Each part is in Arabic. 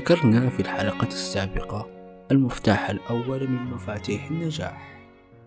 ذكرنا في الحلقة السابقة المفتاح الأول من مفاتيح النجاح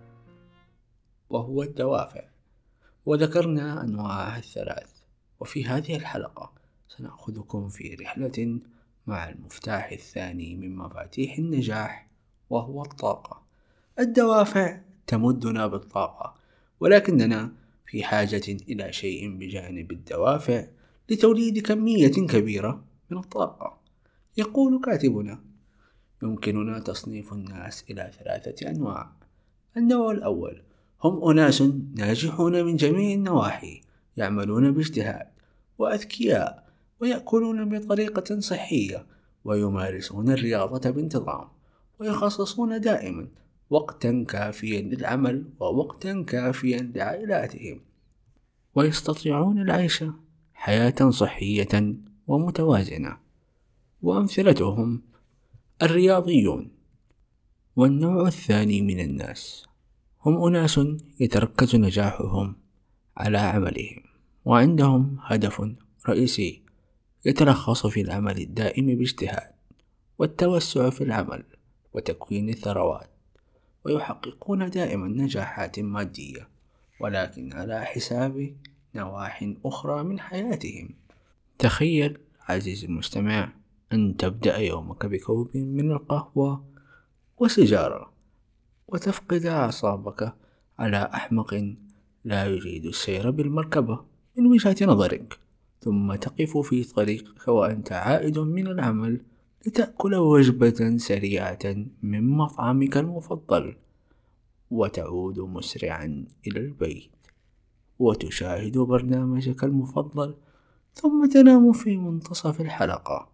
وهو الدوافع، وذكرنا أنواعها الثلاث. وفي هذه الحلقة سنأخذكم في رحلة مع المفتاح الثاني من مفاتيح النجاح وهو الطاقة. الدوافع تمدنا بالطاقة، ولكننا في حاجة إلى شيء بجانب الدوافع لتوليد كمية كبيرة من الطاقة. يقول كاتبنا: يمكننا تصنيف الناس إلى 3 أنواع. النوع الأول هم أناس ناجحون من جميع النواحي، يعملون باجتهاد وأذكياء، ويأكلون بطريقة صحية، ويمارسون الرياضة بانتظام، ويخصصون دائما وقتا كافيا للعمل ووقتا كافيا لعائلاتهم، ويستطيعون العيش حياة صحية ومتوازنة. وأمثلتهم الرياضيون. والنوع الثاني من الناس هم أناس يتركز نجاحهم على عملهم، وعندهم هدف رئيسي يتلخص في العمل الدائم باجتهاد والتوسع في العمل وتكوين الثروات، ويحققون دائما نجاحات مادية، ولكن على حساب نواح أخرى من حياتهم. تخيل عزيزي المستمع أن تبدأ يومك بكوب من القهوة وسيجارة، وتفقد أعصابك على أحمق لا يريد السير بالمركبة من وجهة نظرك، ثم تقف في طريقك وأنت عائد من العمل لتأكل وجبة سريعة من مطعمك المفضل، وتعود مسرعا إلى البيت وتشاهد برنامجك المفضل، ثم تنام في منتصف الحلقة.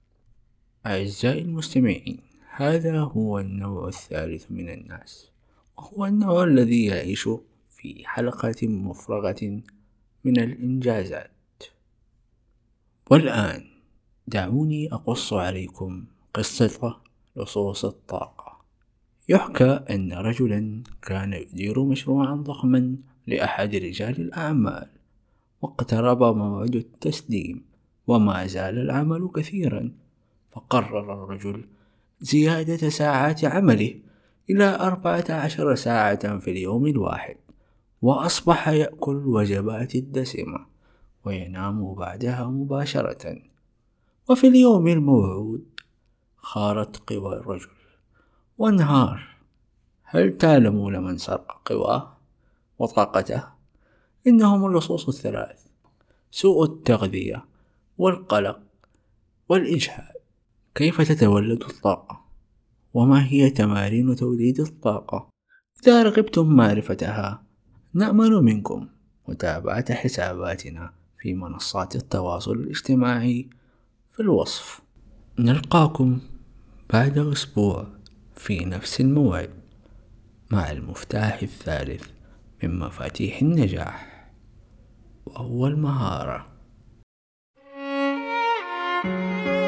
أعزائي المستمعين، هذا هو النوع الثالث من الناس، وهو النوع الذي يعيش في حلقة مفرغة من الإنجازات. والآن دعوني أقص عليكم قصة لصوص الطاقة. يحكى أن رجلا كان يدير مشروعا ضخما لأحد رجال الأعمال، واقترب موعد التسليم وما زال العمل كثيرا، فقرر الرجل زيادة ساعات عمله إلى 14 ساعة في اليوم الواحد، وأصبح يأكل الوجبات الدسمة وينام بعدها مباشرة. وفي اليوم الموعود خارت قوى الرجل وانهار. هل تعلمون من سرق قواه وطاقته؟ إنهم اللصوص الثلاث: سوء التغذية والقلق والإجهاد. كيف تتولد الطاقة؟ وما هي تمارين توليد الطاقة؟ إذا رغبتم معرفتها نأمل منكم متابعة حساباتنا في منصات التواصل الاجتماعي في الوصف. نلقاكم بعد أسبوع في نفس الموعد مع المفتاح الثالث من مفاتيح النجاح وهو المهارة.